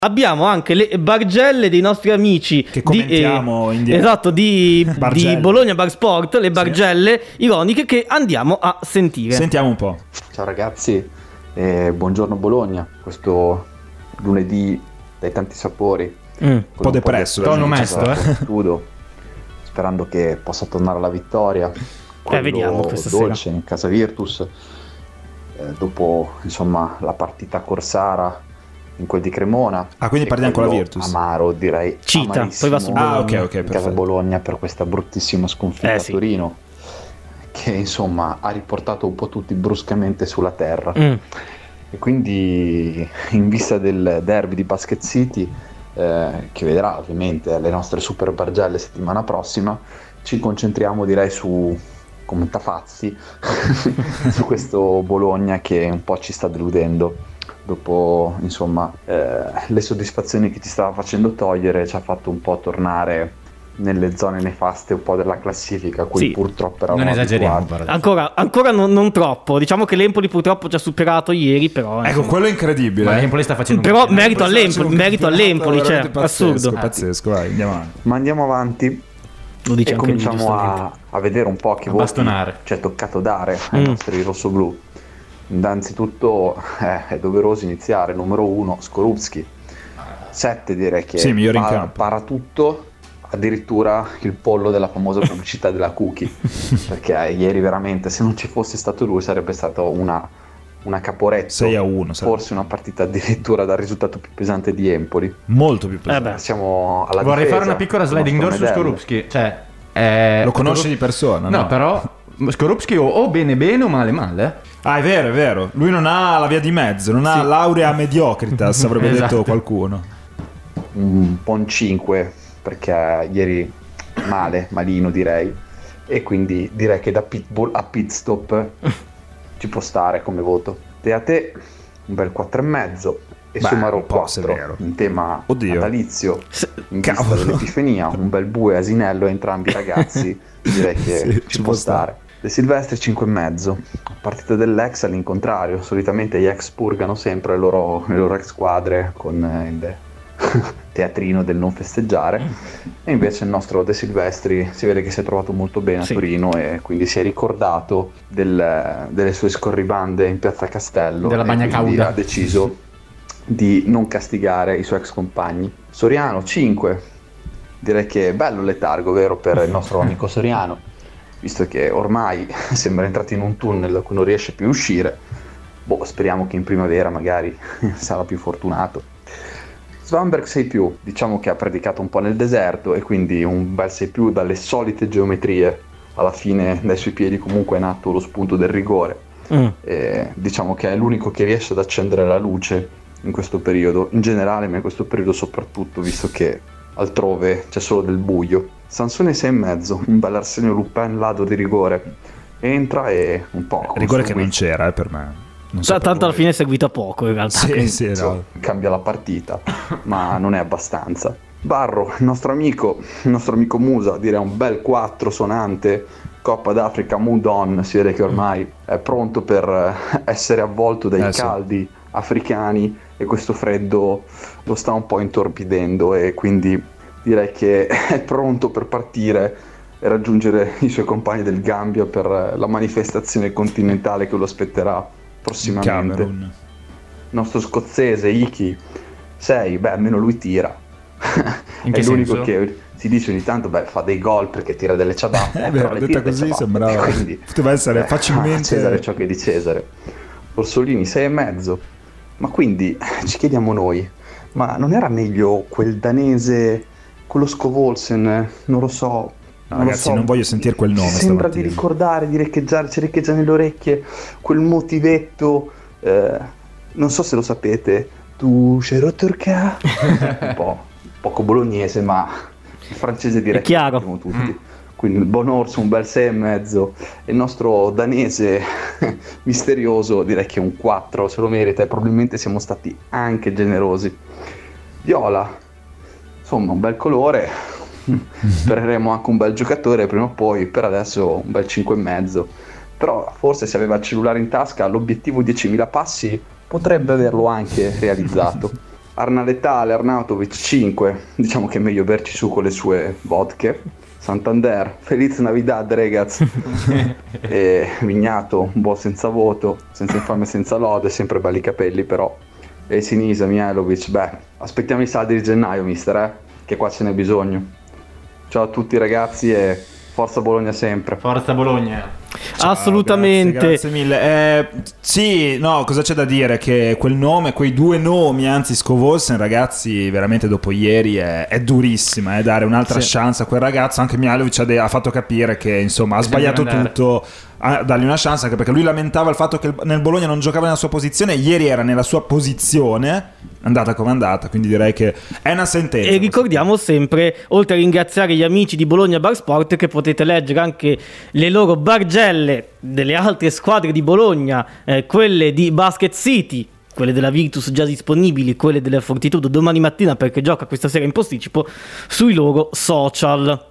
abbiamo anche le bargelle dei nostri amici che commentiamo in diretta. Esatto, di Bologna Bar Sport, le bargelle ironiche che andiamo a sentire. Sentiamo un po'. Ciao ragazzi, buongiorno Bologna, questo lunedì dai tanti sapori. Un po' depresso, tono mesto, Studio, sperando che possa tornare alla vittoria. Vediamo questa dolce sera in casa Virtus, dopo insomma la partita Corsara in quel di Cremona. Quindi partiamo con la Virtus. Amaro, direi. Cita, poi va su Bologna. Ok, in casa Bologna per questa bruttissima sconfitta a Torino, che insomma ha riportato un po' tutti bruscamente sulla terra. E quindi in vista del derby di Basket City, che vedrà ovviamente le nostre super bargelle settimana prossima, ci concentriamo direi su come Tafazzi su questo Bologna che un po' ci sta deludendo dopo insomma le soddisfazioni che ci stava facendo togliere. Ci ha fatto un po' tornare nelle zone nefaste un po' della classifica, cui purtroppo eravamo non esageriamo ancora non troppo. Diciamo che l'Empoli purtroppo ci ha superato ieri, però ecco, quello è incredibile. Ma l'Empoli sta facendo però merito all'Empoli, cioè assurdo. Pazzesco, vai, andiamo avanti. Ma andiamo avanti e cominciamo a vedere un po' che voti ci è toccato dare ai nostri rossoblù. Innanzitutto è doveroso iniziare. Numero 1 Skorupski, 7 direi che migliore in campo, para tutto, addirittura il pollo della famosa pubblicità della Cookie, perché ieri veramente, se non ci fosse stato lui, sarebbe stato una Caporetto, 6-1 forse una partita addirittura dal risultato più pesante di Empoli, molto più pesante. Siamo alla vorrei difesa, fare una piccola sliding door su Skorupski, cioè lo conosci di persona? No, però Skorupski o bene o male. È vero, lui non ha la via di mezzo, non ha laurea mediocritas, avrebbe detto qualcuno. Un po' un 5, perché ieri malino direi, e quindi direi che da pitbull a pit stop ci può stare come voto. E a te un bel 4,5 e Sumaro 4 in tema natalizio, in vista dell'Epifania, un bel bue asinello a entrambi i ragazzi, direi che ci può stare. De Silvestri 5,5, partita dell'ex all'incontrario, solitamente gli ex purgano sempre le loro ex squadre con il teatrino del non festeggiare, e invece il nostro De Silvestri si vede che si è trovato molto bene a Torino, e quindi si è ricordato delle sue scorribande in piazza Castello, della bagna cauda, ha deciso di non castigare i suoi ex compagni. Soriano 5, direi che è bello letargo, vero, per il nostro amico Soriano, visto che ormai sembra entrato in un tunnel da cui non riesce più a uscire. Speriamo che in primavera magari sarà più fortunato. Svanberg 6+, diciamo che ha predicato un po' nel deserto, e quindi un bel 6+, dalle solite geometrie. Alla fine dai suoi piedi comunque è nato lo spunto del rigore, e diciamo che è l'unico che riesce ad accendere la luce in questo periodo, in generale, ma in questo periodo soprattutto, visto che altrove c'è solo del buio. Sansone 6,5, un bel Arsenio Lupin ladro di rigore, entra e un po' rigore che non c'era per me. Tanto alla fine è seguito a poco in realtà. Cambia la partita, ma non è abbastanza. Barro, il nostro amico Musa, direi un bel 4 sonante. Coppa d'Africa Mood On, si vede che ormai è pronto per essere avvolto dai caldi africani, e questo freddo lo sta un po' intorpidendo, e quindi direi che è pronto per partire e raggiungere i suoi compagni del Gambia per la manifestazione continentale che lo aspetterà prossimamente. Il nostro scozzese Iki 6, almeno lui tira. È l'unico che si dice ogni tanto fa dei gol perché tira delle ciabatte. Detta così sembrava poteva essere facilmente Cesare ciò che è di Cesare. Orsolini 6,5. Ma quindi ci chiediamo noi, ma non era meglio quel danese, quello Scovolsen? Non lo so. Ragazzi, non voglio sentire quel nome. Sembra di ricordare, di riccheggiare, ci riccheggia nelle orecchie quel motivetto, non so se lo sapete, tu c'ero turca, un po' poco bolognese, ma il francese direi che lo sappiamo tutti. Quindi il buon Orso un bel 6,5, e il nostro danese misterioso direi che un 4 se lo merita, e probabilmente siamo stati anche generosi. Viola, insomma, un bel colore. Spereremo anche un bel giocatore prima o poi, per adesso un bel 5,5, però forse se aveva il cellulare in tasca l'obiettivo 10.000 passi potrebbe averlo anche realizzato. Arnaletale, Arnautovic 5, diciamo che è meglio berci su con le sue vodke. Santander, Feliz Navidad ragazzi. E Vignato un po' senza voto, senza infame, senza lode, sempre belli capelli però. E Sinisa, Mihailovic, aspettiamo i saldi di gennaio mister, che qua ce n'è bisogno. Ciao a tutti ragazzi e forza Bologna sempre. Forza Bologna. Ciao, assolutamente. Grazie mille. Sì, no, cosa c'è da dire? Che quel nome, quei due nomi, anzi Scovolsen, ragazzi, veramente dopo ieri è durissima, dare un'altra chance a quel ragazzo. Anche Mihailovic ha fatto capire che insomma ha sbagliato tutto, a dargli una chance, anche perché lui lamentava il fatto che nel Bologna non giocava nella sua posizione. Ieri era nella sua posizione, andata come andata, quindi direi che è una sentenza. E ricordiamo sempre, oltre a ringraziare gli amici di Bologna Bar Sport, che potete leggere anche le loro bargelle delle altre squadre di Bologna, quelle di Basket City, quelle della Virtus già disponibili, quelle della Fortitudo domani mattina perché gioca questa sera in posticipo, sui loro social.